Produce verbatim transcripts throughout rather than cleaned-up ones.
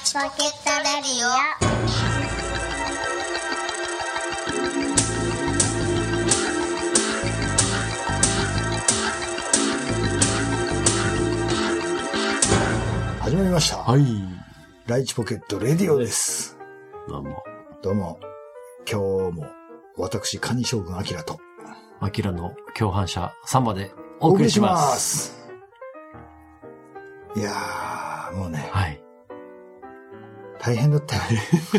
チポケットレディオ。 始まりました。 はい。 ライチポケットレディオです。 どうも。 どうも。今日も私、カニ将軍アキラと、 アキラの共犯者サンバでお送りします。 いやー、もうね。 はい。 大変だったよ。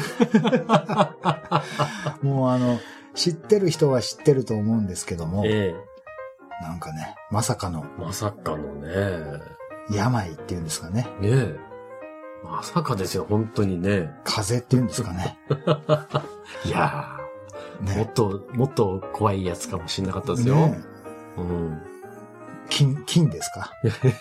もうあの、知ってる人は知ってると思うんですけども、 ええ、なんかね、まさかの。 まさかのね。 病っていうんですかね。 ねえ。まさかですよ、本当にね。 風邪っていうんですかね。 いやー、ね、もっと、もっと怖いやつかもしれなかったですよ。ね、うん。 金、金ですか。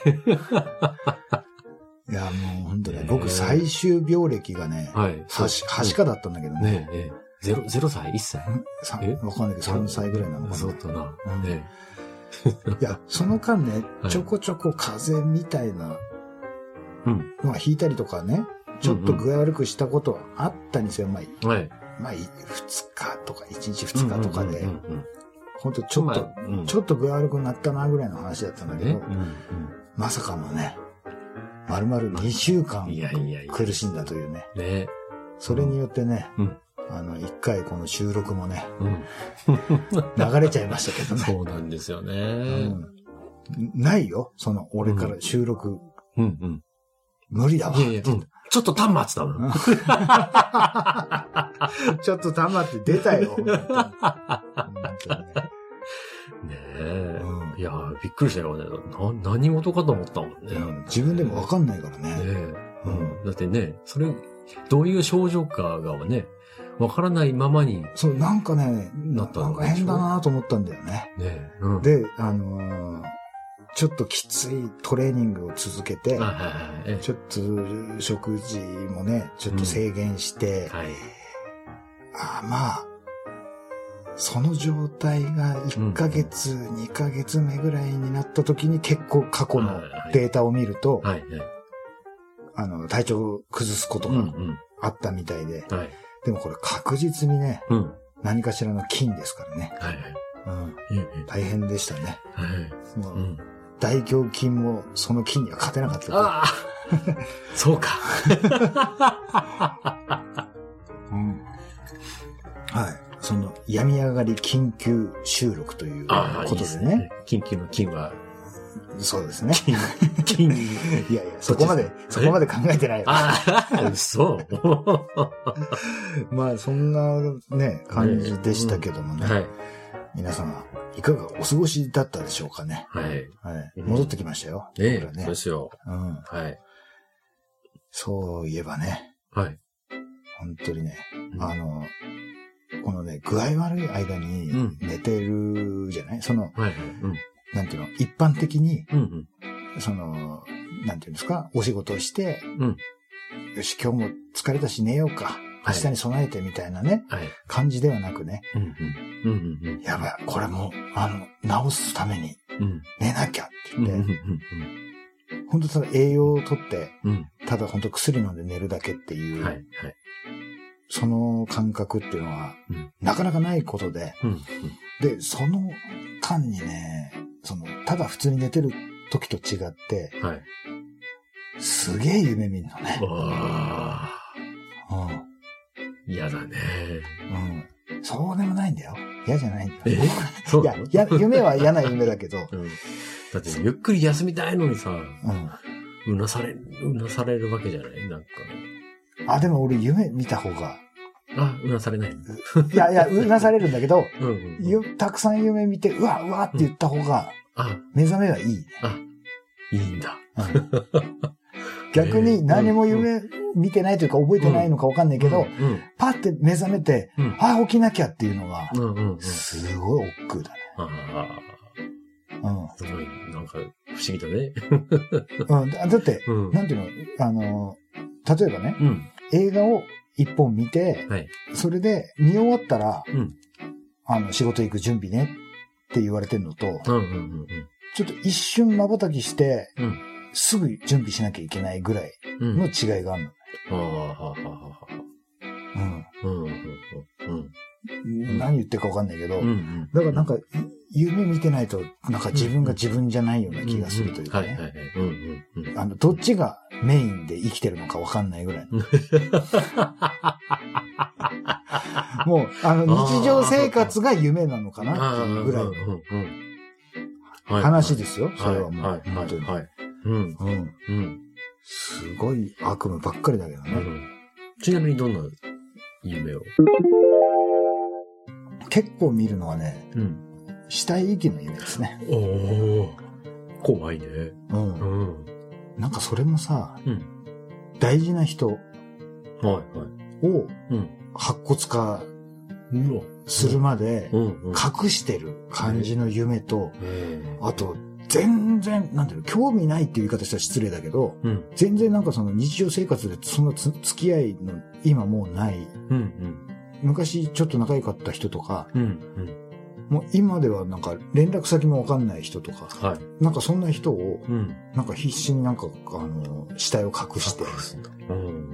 いや、もう本当に、ね、僕最終病歴がね、はい。はし、はしかだったんだけどね。 ねえ、ええ。ゼロ、ゼロ歳 ?いっ 歳えわかんないけどさんさいぐらいなのかな。 そうだな。うん、ねいや、その間ね、ちょこちょこ風邪みたいなのが引いたりとかね、ちょっと具合悪くしたことはあったんですよ。まあ、はい、まあ、ふつかとかいちにちふつかとかで、ほんとちょっと、うん、ちょっと具合悪くなったなぐらいの話だったんだけど、うんうん、まさかのね、まるまるにしゅうかん苦しんだというね。ね、それによってね、うん、あの、一回この収録もね、うん、流れちゃいましたけどね。 そうなんですよね、うん。 ないよ、その、俺から収録。うんうん、無理だわ。いやいや、うん、 ちょっと端末だもん。 ちょっと端末出たよ。本当に本当にね、 ねえ、うん。いや、びっくりしたよね。な、何事かと思ったもんね。 うん、自分でもわかんないからね。ねえ、 うん。だってね、それ、どういう症状かがね、わからないままに。 そう、なんかね、なったなんか変だなと思ったんだよね。ね、うん、で、あのー、ちょっときついトレーニングを続けて、ちょっと食事もね、ちょっと制限して、うん、はい、あまあ、その状態がいっかげつ、うん、にかげつめぐらいになった時に結構過去のデータを見ると、はいはいはい、あの、体調を崩すことがあったみたいで、うんうん、はい、でもこれ確実にね、うん、何かしらの菌ですからね。はいはい、うん、大変でしたね。はい、もう、うん、大胸筋もその筋には勝てなかった。ああそうか、 うん。はい。その、病み上がり緊急収録ということでね。いいね、 緊急の筋は。 そうですね。 筋、筋。いやいや、そこまで、そこまで考えてないよ。 ああ、そう。 まあ、そんなね、感じでしたけどもね。うん、はい。皆様、いかがお過ごしだったでしょうかね。はい。はい。戻ってきましたよ。 ねえ、ね、そうですよ。うん。 はい。そういえばね。はい。本当にね、うん、あの、このね、具合悪い間に寝てるじゃない、うん、その、はいはい、うん、なんていうの、一般的に、うんうん、その、なんていうんですか、お仕事をして、うん、よし、今日も疲れたし寝ようか。明日に備えてみたいなね、はい、感じではなくね、うんうんうんうん、やばい、これもう、あの、治すために、寝なきゃって言って、うんうんうん、本当ただ栄養をとって、うん、ただ本当薬飲んで寝るだけっていう、はいはい、その感覚っていうのは、うん、なかなかないことで、うんうん、で、その間にね、その、ただ普通に寝てる時と違って、はい、すげえ夢見るのね。 嫌だね。 うん。そうでもないんだよ。嫌じゃないんだよ。えそういや、や、夢は嫌な夢だけど。うん、 だってゆっくり休みたいのにさ、うん。うなされ、うなされるわけじゃないなんか。 あ、でも俺夢見た方が。 あ、うなされない。 いやいや、うなされるんだけど、うんうんうん、たくさん夢見て、うわ、うわって言った方が、目覚めはいい。 あ、いいんだ。 うん逆に何も夢見てないというか覚えてないのか分かんないけど、うんうん、パッて目覚めて、うん、ああ、起きなきゃっていうのが、うんうんうん、すごい億劫だね。あうん、すごい、なんか不思議だね。 うん、だって、うん、なんていうの、あの、例えばね、うん、映画を一本見て、はい、それで見終わったら、うん、あの、仕事行く準備ねって言われてるのと、うんうんうんうん、ちょっと一瞬瞬きして、うんすぐ準備しなきゃいけないぐらいの違いがあるの、ね。 ああ、はあ、はあ、はあ。 うん。うん。うん。 うん。 何言ってるかわかんないけど、 うんうん、 だからなんか、夢見てないと、なんか自分が自分じゃないような気がするというかね。あの、どっちがメインで生きてるのかわかんないぐらい。もう、あの、日常生活が夢なのかなっていうぐらいの話ですよ。それはもう。本当に。うん。うん。すごい悪夢ばっかりだけどね。 ちなみにどんな夢を？ 結構見るのはね、うん、死体遺棄の夢ですね。 おー、怖いね。 うん。うん、なんかそれもさ、うん、大事な人を白骨化するまで隠してる感じの夢と、あと全然、なんていうの、興味ないっていう言い方したら失礼だけど、うん、全然なんかその日常生活でその付き合いの今もうない、うんうん、昔ちょっと仲良かった人とか、うんうん、もう今ではなんか連絡先もわかんない人とか、はい、なんかそんな人を、うん、なんか必死になんかあの、死体を隠して、うん、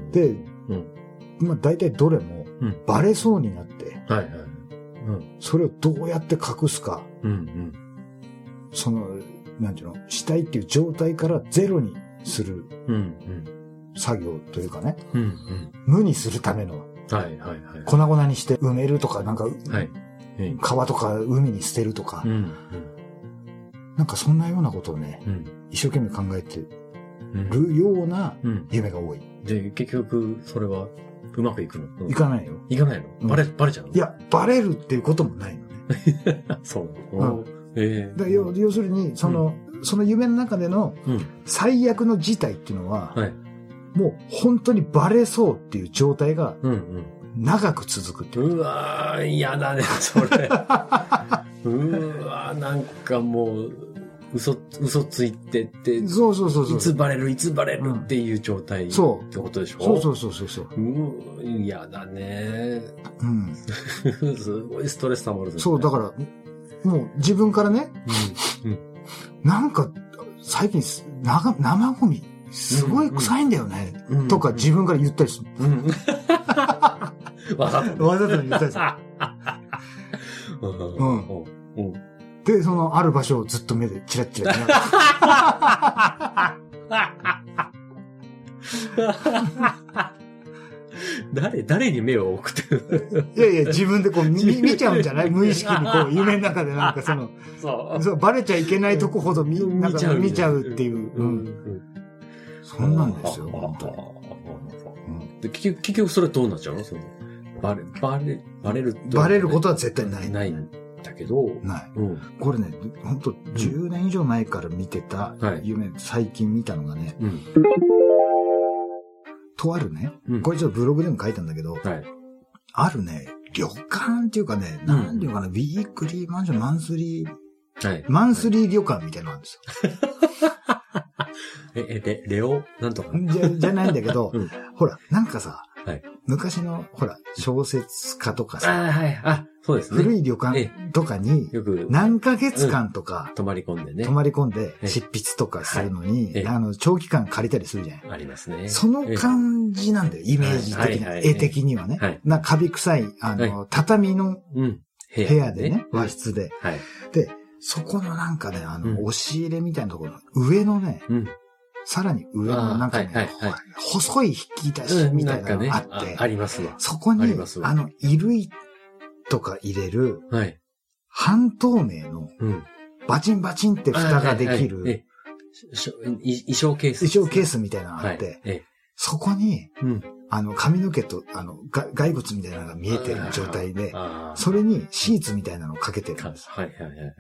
で、うん、まあ大体どれもバレそうになって、うんはいはいうん、それをどうやって隠すか、うんうん、その、なんていうの、死体っていう状態からゼロにする作業というかね、うんうん、無にするための、はいはいはい、粉々にして埋めるとか、なんか、はい、川とか海に捨てるとか、うんうん、なんかそんなようなことをね、うん、一生懸命考えてるような夢が多い。 うん、で、結局、それはうまくいくの？ いかないよ。 いかないの？バレ、うん、バレちゃうの？ いや、バレるっていうこともないのね。 そう。うんえー、 だ要, 要するに、その、うん、その夢の中での最悪の事態っていうのは、うんはい、もう本当にバレそうっていう状態が長く続くっていう。 うわー、嫌だね、それ。うわー、なんかもう、嘘、嘘ついてって、 そうそうそうそう。 いつバレる、いつバレるっていう状態、うん、そうってことでしょ？ そうそうそうそうそう。 うー、嫌だね。うん。すごいストレス溜まる、ね。 そう、だから、もう自分からね、うんうん、なんか最近生ゴミすごい臭いんだよね、うんうん、とか自分から言ったりする。うん、 わざとわざと言ったりする。うんうん、で、そのある場所をずっと目でチラッチラ見ながら。誰、誰に目を置くっていやいや、自分でこう見、見ちゃうんじゃない無意識にこう、夢の中でなんかその、そう。そう、バレちゃいけないとこほど見、なんか見ちゃうっていう。うん。うん、そんなんですよ、本当に。 うん、で結局、結局それどうなっちゃうのその、バレ、バレ、バレる、 バレることは絶対ない。 ないんだけど。 ない。うん、これね、本当じゅうねん以上前から見てた夢、うん、最近見たのがね、うんとあるね、うん、これちょっとブログでも書いたんだけど、はい、あるね、旅館っていうかね、うん、なんていうかな、ウィークリーマンション、マンスリー、はい、マンスリー旅館みたいなのなんですよ。 え、え、レ、レオなんとかじゃ、じゃないんだけど、うん、ほら、なんかさ、はい、昔の、ほら、小説家とかさ、 あはい、あ、そうですね。 古い旅館とかに、何ヶ月間とか、 うん、泊まり込んでね。 泊まり込んで、執筆とかするのに、はい、あの、長期間借りたりするじゃん。 ありますね。 その感じなんだよ、イメージ的に、はいはいはい、絵的にはね。はい、な、カビ臭い、あの、はい、畳の部屋でね、和室で、はい。で、そこのなんかね、あの、うん、押し入れみたいなところの上のね、うんさらに上のなんかね、はいはいはい、細い引き出しみたいなのがあって、うんね、 あ, ありますわ。 そこに、あ, あの、衣類とか入れる、はい、半透明の、バチンバチンって蓋ができる、はいはい、 衣装ケース。 衣装ケースみたいなのがあって、はい、そこに、うん、あの、髪の毛と、あの、骸骨みたいなのが見えてる状態で、それにシーツみたいなのをかけてるんです。はいはいはいはい、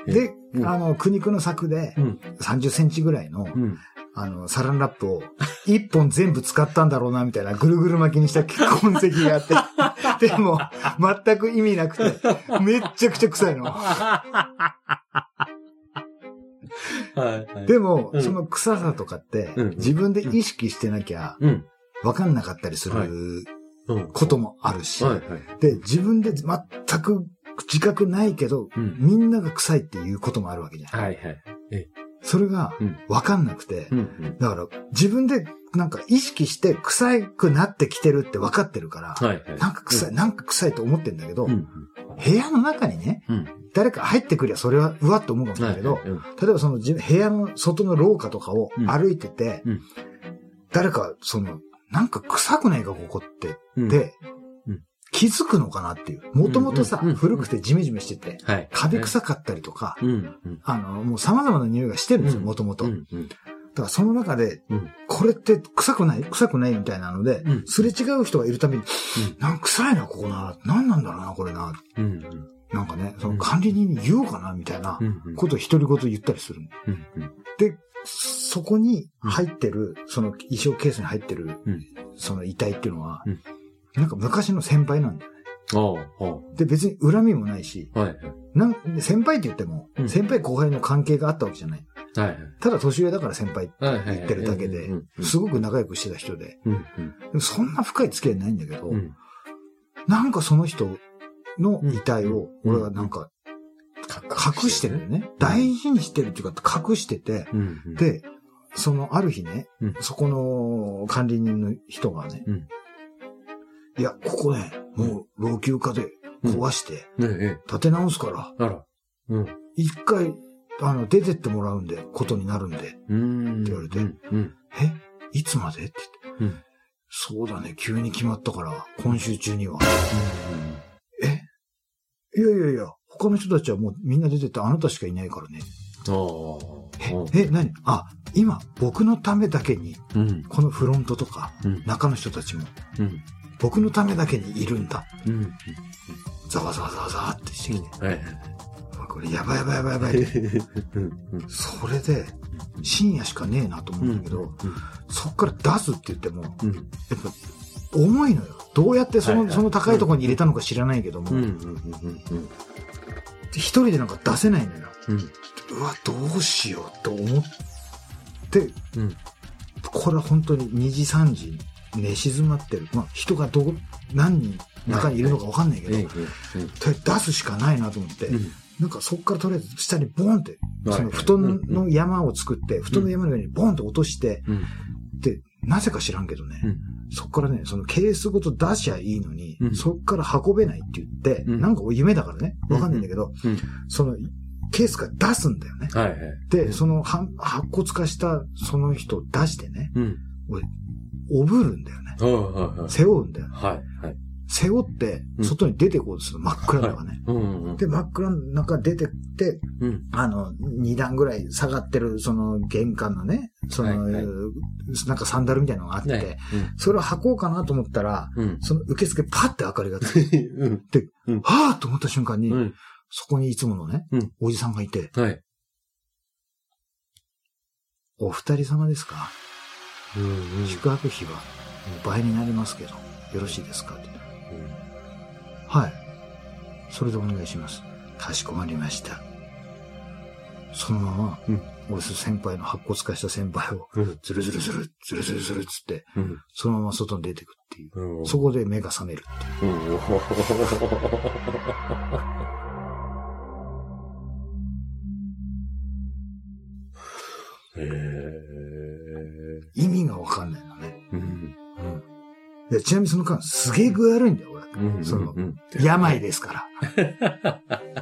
で、うん、あの、苦肉の策で、さんじゅっセンチぐらいの、うんあの、サランラップを一本全部使ったんだろうな、みたいなぐるぐる巻きにした痕跡があって。でも、全く意味なくて、めっちゃくちゃ臭いの。はいはい、でも、うん、その臭さとかって、うん、自分で意識してなきゃ、わかんなかったりすることもあるし、はいはいはい、で、自分で全く自覚ないけど、うん、みんなが臭いっていうこともあるわけじゃん。はいはいえそれがわかんなくて、うんうん、だから自分でなんか意識して臭くなってきてるって分かってるから、はいはい、なんか臭い、うん、なんか臭いと思ってんだけど、うんうん、部屋の中にね、うん、誰か入ってくりゃそれはうわっと思うかもしれないけど、はいはいうん、例えばその部屋の外の廊下とかを歩いてて、うんうん、誰かその、なんか臭くないかここって、うん、で、気づくのかなっていう。もともとさ、うんうん、古くてジメジメしてて、はい、カビ臭かったりとか、うんうん、あの、もう様々な匂いがしてるんですよ、もともと。だからその中で、うん、これって臭くない臭くないみたいなので、うん、すれ違う人がいるたびに、うん、なんか臭いな、ここな。なんなんだろうな、これな。うんうん、なんかね、その管理人に言おうかな、みたいなことを独り言言ったりする、うんうん。で、そこに入ってる、その衣装ケースに入ってる、その遺体っていうのは、うんなんか昔の先輩なんだよね。ああで、別に恨みもないし、はい、なん先輩って言っても、うん、先輩後輩の関係があったわけじゃない。はい、ただ年上だから先輩って言ってるだけで、すごく仲良くしてた人で、うんうん、そんな深い付き合いないんだけど、うん、なんかその人の遺体を、俺はなんか、隠してるよね。大事にしてるっていうか、隠してて、うんうん、で、そのある日ね、うん、そこの管理人の人がね、うんいや、ここね、もう老朽化で壊して、建て直すから、あら。うん。一回、あの、出てってもらうんで、ことになるんで、って言われて、うんうん、えいつまでって言って、うん、そうだね、急に決まったから、今週中には。うんうん、えいやいやいや、他の人たちはもうみんな出てってあなたしかいないからね。え、え、何あ、今、僕のためだけに、うん、このフロントとか、うん、中の人たちも、うん僕のためだけにいるんだ。うん、ざわざわざわざわってしてきて。うんはい、これやばいやばいやばいやばいって。それで、深夜しかねえなと思うんだけど、うんうん、そっから出すって言っても、うん、やっぱ重いのよ。どうやってその、はいはい、その高いところに入れたのか知らないけども、一人でなんか出せないのよ。うん、うわ、どうしようと思って、うん、これは本当ににじさんじに、寝静まってる。まあ、人がどう、何人中にいるのか分かんないけど、とりあえず出すしかないなと思って、うん、なんかそっからとりあえず下にボーンって、その布団の山を作って、布団の山の上にボーンって落として、うん、で、なぜか知らんけどね、うん、そっからね、そのケースごと出しゃいいのに、うん、そっから運べないって言って、うん、なんか夢だからね、分かんないんだけど、うん、その、ケースから出すんだよね。はいはい、で、その白骨化したその人を出してね、うん、俺おぶるんだよね。はいはい、背負うんだよね。はいはい、背負って、外に出てこうとする、うん、真っ暗な中ね、はいうんうん。で、真っ暗の中出てって、うん、あの、二段ぐらい下がってる、その玄関のね、その、はいはい、なんかサンダルみたいなのがあって、はいうん、それを履こうかなと思ったら、うん、その受付パッて明かりがついて、うん、で、うん、はぁと思った瞬間に、うん、そこにいつものね、うん、おじさんがいて、はい、お二人様ですかうんうん、宿泊費は倍になりますけど、よろしいですかって、うん、はい。それでお願いします。かしこまりました。そのまま、うん、俺先輩の白骨化した先輩を、ズルズルズル、ズルズルズルっつって、うん、そのまま外に出てくっていう、うん。そこで目が覚めるっていう。うんへー意味がわかんないのね。うんうん、でちなみにその間、すげえ具悪いんだよ、俺。うんうん、その、病ですから。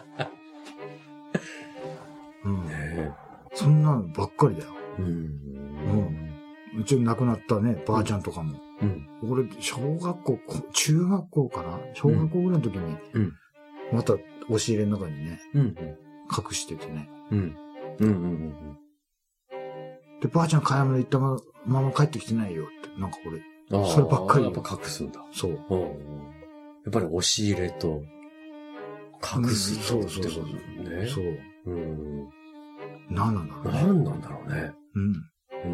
うんね、そんなのばっかりだよ。うんうん、うち亡くなったね、ばあちゃんとかも。うん、俺、小学校、中学校かな小学校ぐらいの時に、うん、また押し入れの中にね、うん、隠しててね。うんうんうんうんで、ばあちゃん買い物行ったまま帰ってきてないよって、なんかこれ、そればっかり。 やっぱ隠すんだ。 そう。 やっぱり押し入れと、隠す、 うん、そうそうそう。ね。そう。うん。何なんだろうね。 何なんだろうね。うん。うん。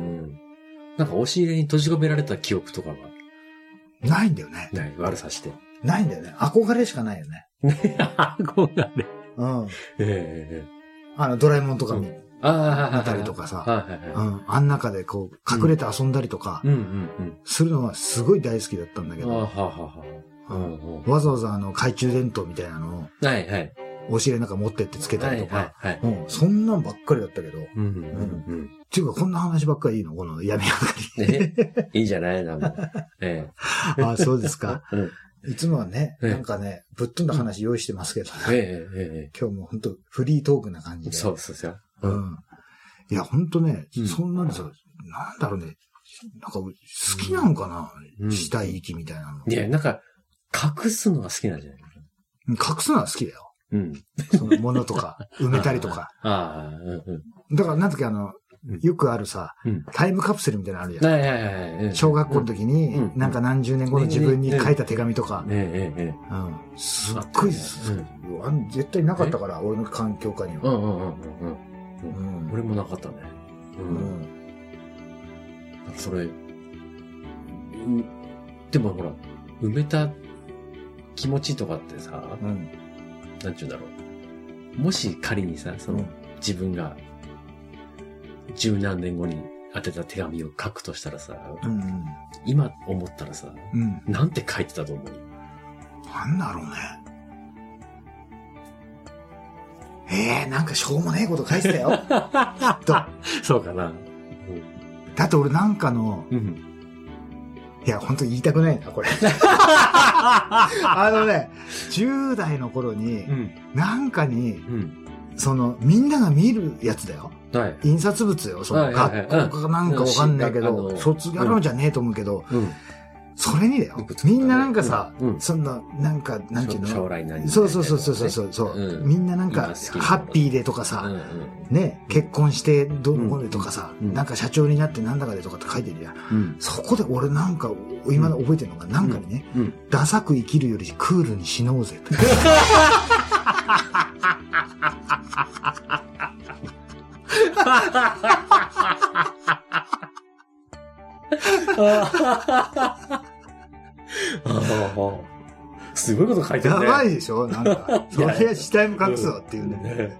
なんか押し入れに閉じ込められた記憶とかはないんだよね。 ない。悪さして。 ないんだよね。憧れしかないよね。 憧れ。 うん。ええー。あの、ドラえもんとか見、うん見たりとかさ、うん、あん中でこう隠れて遊んだりとかするのはすごい大好きだったんだけど、わざわざあの懐中電灯みたいなのを押し入れなんか持ってってつけたりとか、 はいはいはい、 うん、そんなんばっかりだったけど。うんうんうんうん、 っていうか、こんな話ばっかりいいのこの闇上がり。 ね、いいじゃないなんか。ええ、あ、そうですか。 うんいつもはね、なんかね、ぶっ飛んだ話用意してますけどね。 ええええ、 今日も本当フリートークな感じで。 そうですよ。 うん。いや、本当ね、うん、そんなんさ、なんだろうね、なんか好きなのかな、うん、したい息みたいなの。 いや、なんか、隠すのが好きなんじゃない隠すのは好きだよ。うん。そのものとか、埋めたりとか。ああ、うんうん。だから、なんときあの、よくあるさ、うん、タイムカプセルみたいなのあるじゃん。はいはいはいはい、小学校の時に、うん、なんか何十年後の自分に書いた手紙とか。ねえ、ねえ、うん。すっごい、うん、絶対なかったから、俺の環境下には。うんうんうんうん。俺もなかったね。うん。うん、それ、でもほら、埋めた気持ちとかってさ、うん、なんちゅうんだろう。もし仮にさ、その、うん、自分が、十何年後に当てた手紙を書くとしたらさ、うんうん、今思ったらさ、うん、なんて書いてたと思う？ なんだろうね。ええー、なんかしょうもねえこと書いてたよ。とそうかな。うん、 だって俺なんかの、うん、いや、本当言いたくないな、これ。あのね、じゅう代の頃に、うん、なんかに、うん、その、みんなが見るやつだよ。はい、印刷物よ。その、学校かなんかわかんないけど、卒業論じゃねえと思うけど、うん、それにだよ。みんななんかさ、うん、そんな、なんか、なんていうの？将来何？そうそうそうそうそうそう、うん、みんななんか、ハッピーでとかさ、うんうん、ね、結婚してどうのこうのとかさ、うん、なんか社長になってなんだかでとかって書いてるじゃん。うん、そこで俺なんか、今覚えてるのが、なんかにね、うんうん、ダサく生きるよりクールに死のうぜと。 すごいこと書いてるね。 やばいでしょなんか。それは死体も隠すわっていうね。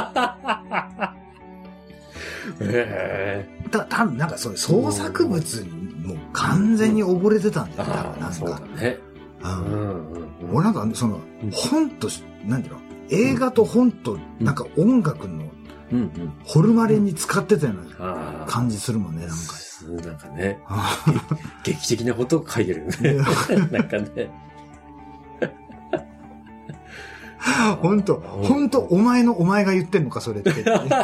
ええ。た、たぶんなんかそういう創作物にもう完全に溺れてたんだよ。多分なんか。そうだね。うん。俺なんかその、本と、なんていうの映画と本となんか音楽のうんうん、ホルマリンに使ってたような感じするもんね、なんか。 なんかね。劇的なことを書いてるよね。なんかね。 ほんと、ほんと、お前のお前が言ってんのか、それって。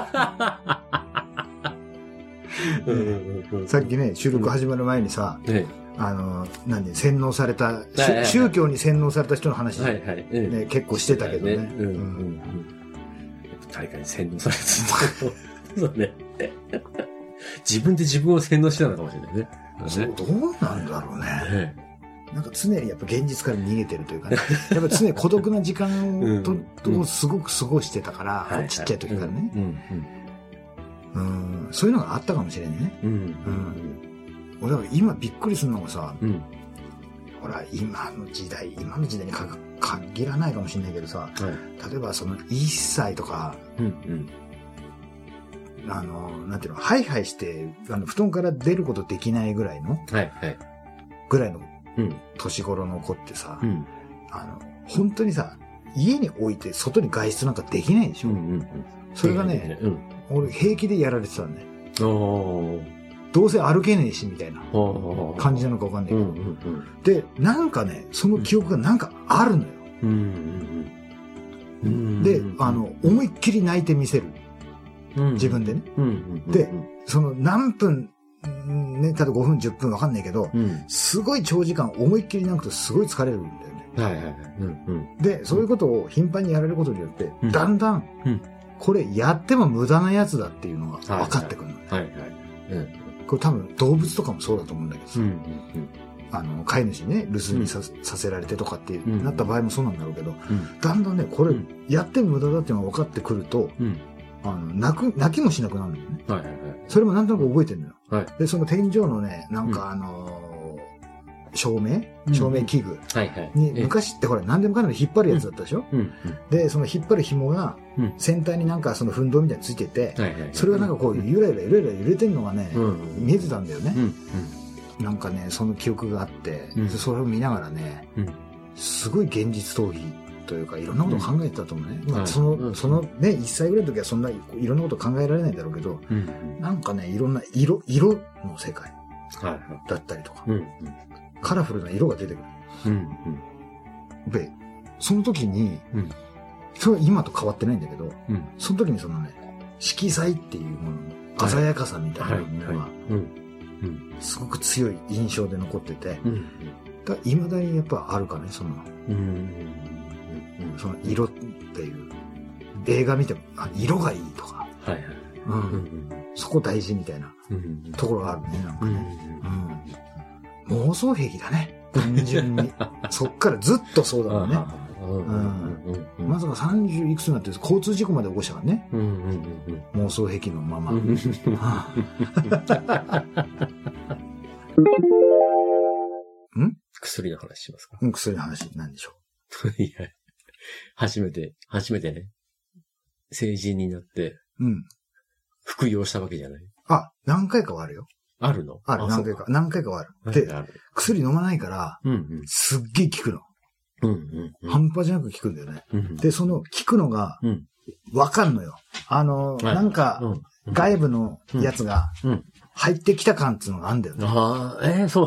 さっきね、収録始まる前にさ、うんね、あの、何で、洗脳された、宗教に洗脳された人の話、ねはいはいうん、結構してたけどね。ねうんうんうん誰かに洗脳されてた。そうね。自分で自分を洗脳してたのかもしれないね。 そう、どうなんだろうね。ねなんか常にやっぱ現実から逃げてるというかね。やっぱ常に孤独な時間と、うん、をすごく過ごしてたから、うん、ちっちゃい時からね、うんうんうん。そういうのがあったかもしれないね。うんうん、俺だから今びっくりするのがさ、うん、ほら、今の時代、今の時代にか限らないかもしれないけどさ、はい、例えばそのいっさいとか、うんうん、あの、なんていうの、ハイハイして、あの、布団から出ることできないぐらいの、はいはい、ぐらいの年頃の子ってさ、うん、あの、本当にさ、家に置いて外に外出なんかできないでしょ。うんうんうん、それがね、うん、俺平気でやられてたんだよ。おーどうせ歩けねえし、みたいな感じなのかわかんないけど、うんうんうん。で、なんかね、その記憶がなんかあるのよ。うんうんうん、で、あの、思いっきり泣いてみせる。うん、自分でね、うんうんうん。で、その何分、ね、ただごふん、じゅっぷんわかんないけど、うん、すごい長時間思いっきり泣くとすごい疲れるんだよね。はいはいはいうんうん、で、そういうことを頻繁にやられることによって、うん、だんだん、これやっても無駄なやつだっていうのが分かってくるのね。はいはいはいうんこれ多分動物とかもそうだと思うんだけどさ、うんうんうん、あの、飼い主にね、留守に さ,、うん、させられてとかってなった場合もそうなんだろうけど、うん、だんだんね、これ、やっても無駄だっていうのが分かってくると、うん、あの泣く、泣きもしなくなるんだよね。はいはいはい、それもなんとなく覚えてるのよ、はい。で、その天井のね、なんかあのー、照明照明器具に、昔ってほら何でもかんでも引っ張るやつだったでしょ、うんうん、で、その引っ張る紐が先端になんかその奮動みたいについてて、それがなんかこうゆらゆらゆらゆら揺れてるのがね、見えてたんだよね、うんうん、なんかね、その記憶があって、うん、それを見ながらね、うん、すごい現実逃避というか、いろんなことを考えてたと思うね。うん、まあ、その、うん、そのね、いっさいぐらいの時はそんないろんなこと考えられないんだろうけど、うん、なんかね、いろんな色、色の世界だったりとか、はいはい、カラフルな色が出てくる。うんうん、で、その時に、うん、それは今と変わってないんだけど、うん、その時にそのね、色彩っていうものの鮮やかさみたいなものが、すごく強い印象で残ってて、うん、だ未だにやっぱあるかね、その、うん、その色っていう、映画見ても、あ、色がいいとか、はいはい、うんうん、そこ大事みたいなところがあるね、なんかね。うんうん、妄想癖だね、単純に。そっからずっとそうだもんね。まさかさんじゅういくつになって交通事故まで起こしたからね。うんうんうん、妄想癖のまま。ん薬の話しますか？ うん、薬の話、なんでしょう。いや、初めて、初めてね、成人になって、うん。服用したわけじゃない。 あ、何回かはあるよ。 あるの？ ある、何回か。何回かはある。で、薬飲まないから、うんうん、すっげえ効くの。うんうんうん、半端じゃなく効くんだよね。うんうん、で、その効くのが、わかんのよ。あの、はい、なんか、うん、外部のやつが、入ってきた感っていうのがあるんだよね。 ああ、えー、そう、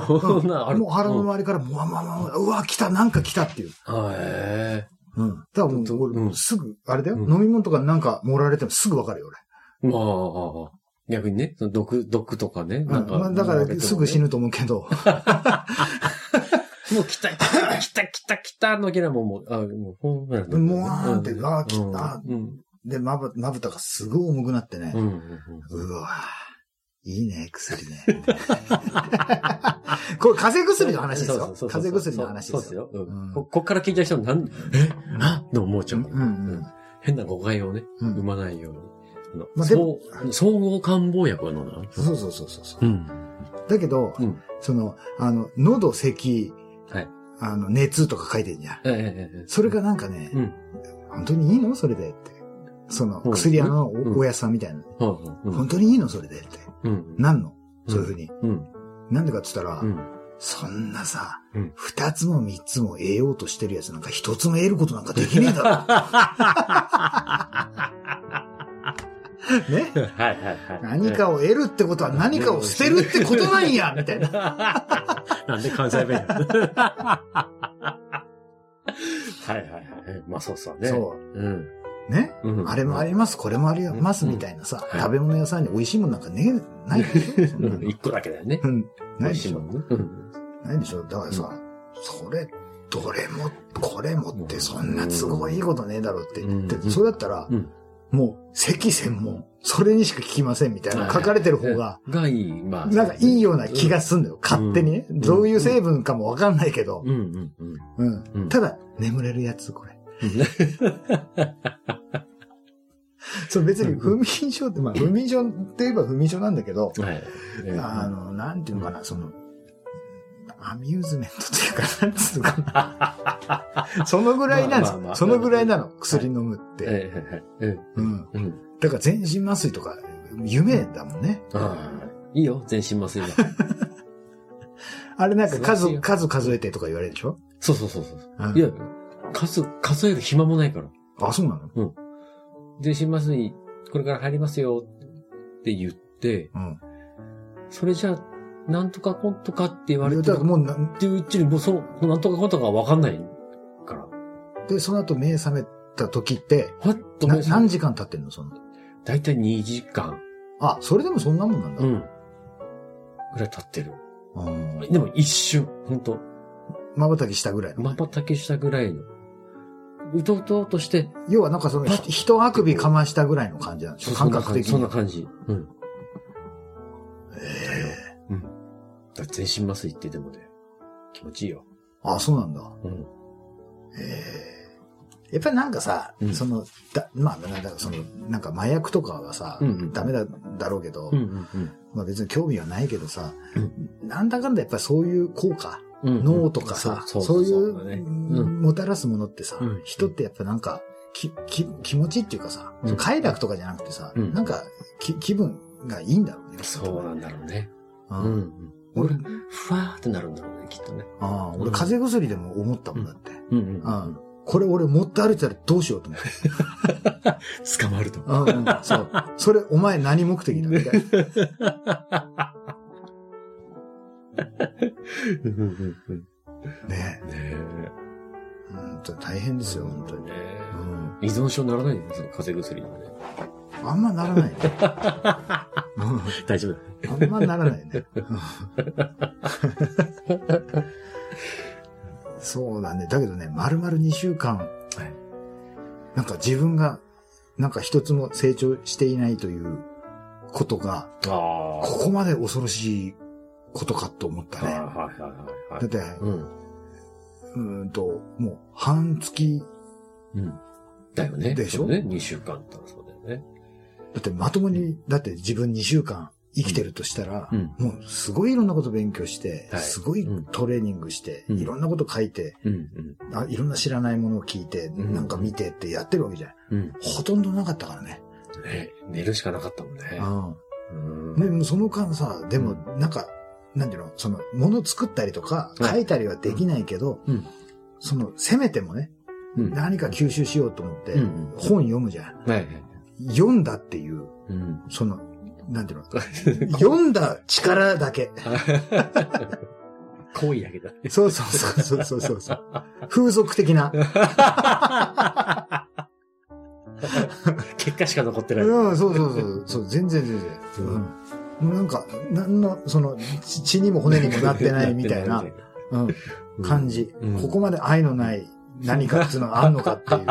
うん、もう腹の周りから、もわもわもわ、うわ、来た、なんか来たっていう。へえー。うん。だからもう、俺、うん、すぐ、あれだよ、うん、飲み物とかなんか盛られてもすぐわかるよ、 俺。ああ、逆にね、毒、毒とかね。 なんか、まあ、だからすぐ死ぬと思うけど。 もう来た、来た、来た、来た、来たのきなもん、もう、あ、もう、ほんまやね。 もわーって、あ、来た。で、まぶ、まぶたがすごい重くなってね。うわいいね、薬ね。これ、風邪薬の話ですよ。風邪薬の話ですよ。 そうですよ。ここっから聞いちゃう人は、なん、えあって思っちゃう。変な誤解をね、生まないように。まあ、でも、総合漢方薬は飲んだ。 そうそうそうそう。だけど、その、あの、喉、咳、はい、あの、熱とか書いてんじゃん。ええ、それがなんかね、うん、本当にいいのそれでって。その、薬屋のおやさんみたいな、うん。本当にいいのそれでって。うん、なんのそういうふうに。うん、なんでかって言ったら、うん、そんなさ、二、うん、つも三つも得ようとしてるやつなんか一つも得ることなんかできねえだろ。ね、はいはいはい。何かを得るってことは何かを捨てるってことなんやみたいな。 なんで関西弁や。はいはいはい。まあそうそうね。そう。うん。 ね、うん、あれもあります、これもありますみたいなさ、うん、食べ物屋さんに美味しいものなんかねえ、ないでしょ一個だけだよね。 うん。ないでしょ、うん、ないでしょだからさ、うん、それ、どれも、これもってそんな都合いいことねえだろって言って、うん、それだったら、うんもう、咳専門、それにしか効きませんみたいな書かれてる方が、 がいい、まあ。 なんかいいような気がすんだよ、勝手にね。どういう成分かもわかんないけど。うんうんうん。ただ、眠れるやつ、これ。そう、別に不眠症って、まあ、不眠症って言えば不眠症なんだけど、あの、なんていうのかな、その、アミューズメントっていうか、なんつうのかな。そのぐらいなんですよ。そのぐらいなの、薬飲むって。だから全身麻酔とか、夢だもんね。 いいよ、全身麻酔は。 あれなんか数、数数えてとか言われるでしょ？ そうそうそうそう。いや、数、数える暇もないから。 あ、そうなの？うん。 全身麻酔、これから入りますよって言って、それじゃあ、なんとかこんとかって言われてる。もうっていううちに、もうその、なんとかこんとかわかんないから。 で、その後目覚めた時って、はっと目覚め何時間経ってんのその。 だいたいにじかん。 あ、それでもそんなもんなんだ。うん。 ぐらい経ってる。でも一瞬、ほんと。 瞬きしたぐらいの。 瞬きしたぐらいの。うとうとうとして。 要はなんかその、一あくびかましたぐらいの感じなんでしょ感覚的に。 そんな感じ。うん。ええ。うん。だ全身麻酔ってでもね、気持ちいいよ。 ああ、そうなんだ。うん。ええ。やっぱりなんかさ、うん、その、だ、まあ、なんだその、なんか麻薬とかはさ、うんうん、ダメだ、だろうけど、うんうんうん、まあ別に興味はないけどさ、うん、なんだかんだやっぱりそういう効果、うんうん、脳とかさ、そう、そういう、ねうん、もたらすものってさ、うん、人ってやっぱなんか、き、き、気持ちっていうかさ、うん、快楽とかじゃなくてさ、うん、なんか、き、気分がいいんだろうね。 そうなんだろうね。うん。うん俺、ふわーってなるんだろうね、きっとね。 ああ、俺、風邪薬でも思ったもんだって。うんうん。 これ俺持って歩いてたらどうしようと思って。 捕まると。 うん、うん、そう。それ、お前何目的だみたいな。ねえ。ねえ。本当大変ですよ、本当に。ねうん、依存症にならないんですよ、風邪薬にはね。 あんまならないね。 大丈夫だ。あんまならないね。そうだね。だけどね、丸々にしゅうかん、はい、なんか自分が、なんか一つも成長していないということが、ここまで恐ろしいことかと思ったね。はいはいはいはい、だって、うん、うーんと、もう半月、 うん、だよね。 でしょね。にしゅうかんってそうだよね。 だってまともに、だって自分にしゅうかん生きてるとしたら、うん、もうすごいいろんなこと勉強して、はい、すごいトレーニングして、うん、いろんなこと書いて、うんうん、あ、いろんな知らないものを聞いて、うん、なんか見てってやってるわけじゃん。うん、ほとんどなかったからね。 ね、寝るしかなかったもんね。 うん。でもその間さ、でもなんか、なんていうの、その、もの作ったりとか、書いたりはできないけど、うん、その、せめてもね、うん、何か吸収しようと思って、うん、本読むじゃん。はい、読んだっていう、うん、その、なんていうの読んだ力だけ。 行為だけだね。 そうそうそうそうそうそう。風俗的な。 結果しか残ってない。 うん、そうそうそう。そう全然全然。うん、なんか、なんの、その、血にも骨にもなってないみたいな、うん、感じ、うん。ここまで愛のない何かっていうのがあんのかっていう。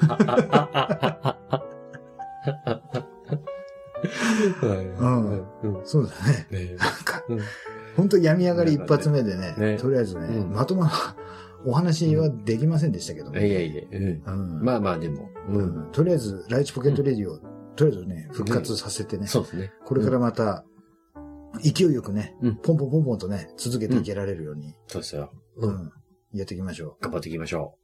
うんうん、そうだね。ねなんか、うん、本当病み上がり一発目でね、ねとりあえずね、うん、まともなお話はできませんでしたけどね。 いやいや、うん、まあまあでも、 うん、とりあえず、ライチポケットレディオ、うん、とりあえずね、復活させてね、 そうですね。 これからまた、勢いよくね、うん、ポンポンポンポンとね、続けていけられるように。 そうですよ。 うん。やっていきましょう。 頑張っていきましょう。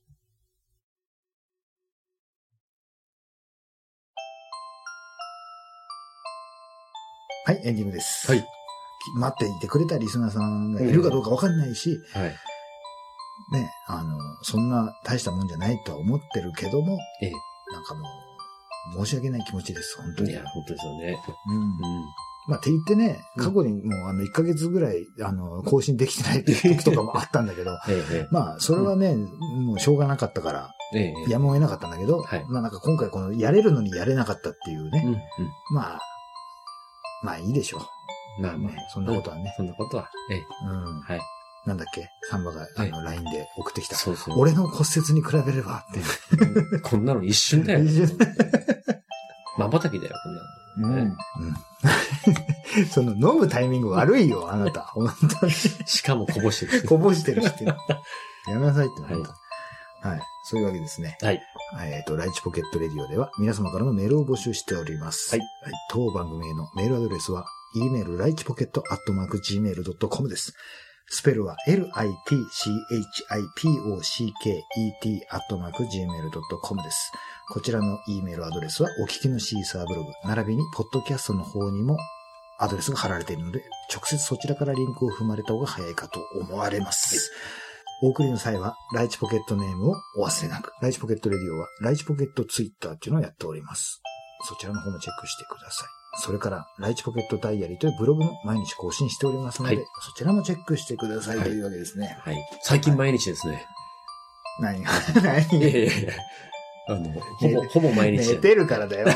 はい、エンディングです。 はい。 待っていてくれたリスナーさんがいるかどうかわかんないし、はい。ね、あの、そんな大したもんじゃないとは思ってるけども、ええ。なんかもう、申し訳ない気持ちです、本当に。 いや、本当ですよね。 うん。うん。まあ、って言ってね、過去にもうあの、いっかげつぐらい、あの、更新できてない時とかもあったんだけど、ええ、まあ、それはね、うん、もうしょうがなかったから、ええ、やむを得なかったんだけど、はい、まあなんか今回この、やれるのにやれなかったっていうね、うんうん、まあ、まあいいでしょう。まあね、そんなことはね。 そんなことは。ええ。 うん。はい。なんだっけサンバが、あの、ライン で送ってきた。そうそう。俺の骨折に比べればっていう。 こんなの一瞬だよ。一瞬。瞬きだよ、こんなの。うん。うん。 その、飲むタイミング悪いよ、あなた。本当に。 しかもこぼしてる。 こぼしてるしって。やめなさいって。はい。はい。そういうわけですね。はい。えっと、ライチポケットレディオでは皆様からのメールを募集しております。はい。はい、当番組へのメールアドレスは、e メールライチポケットアットマーク ジーメールドットコム です。スペルは エルアイティーシーエイチアイピーオーシーケーイーティー アットマーク ジーメールドットコム です。こちらの E メールアドレスはお聞きのシーサーブログ、並びにポッドキャストの方にもアドレスが貼られているので、直接そちらからリンクを踏まれた方が早いかと思われます。お送りの際は、ライチポケットネームをお忘れなく。ライチポケットレディオは、ライチポケットツイッターっていうのをやっております。そちらの方もチェックしてください。それから、ライチポケットダイアリーというブログも毎日更新しておりますので、はい、そちらもチェックしてくださいというわけですね。 はい。はい、最近毎日ですね。 何が何いやいやいやあの、ほぼ、ほぼ毎日。 寝てるからだよ。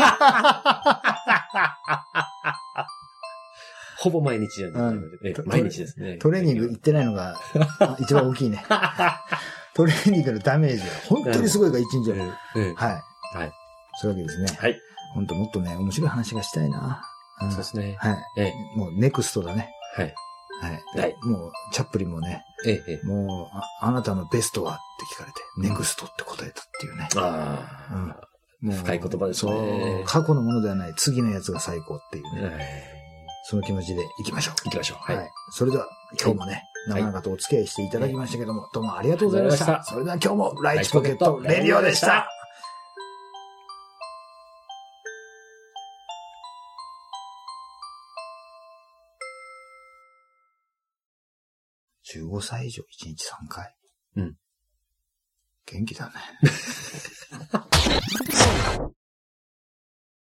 ほぼ毎日じゃない、うん、毎日ですね。 トレーニング行ってないのが一番大きいね。トレーニングのダメージが本当にすごいから一日は、うんうん。はい。はい。そういうわけですね。はい。本当もっとね、面白い話がしたいな。 うん、そうですね。 はい。ええ、もうネクストだね。 はい。 はい。はい。もう、チャップリンもね、ええ、もうあ、あなたのベストはって聞かれて、うん、ネクストって答えたっていうね。ああ。うん。もう深い言葉ですね。 そう。過去のものではない、次のやつが最高っていうね。はい。その気持ちで行きましょう。 行きましょう。はい。はい、 それでは、今日もね、はい、長々とお付き合いしていただきましたけども、はい、どうもありがとうございました。それでは今日も、ライチポケットレディオでした。じゅうごさい以上いちにちさんかい。うん。結元気だね。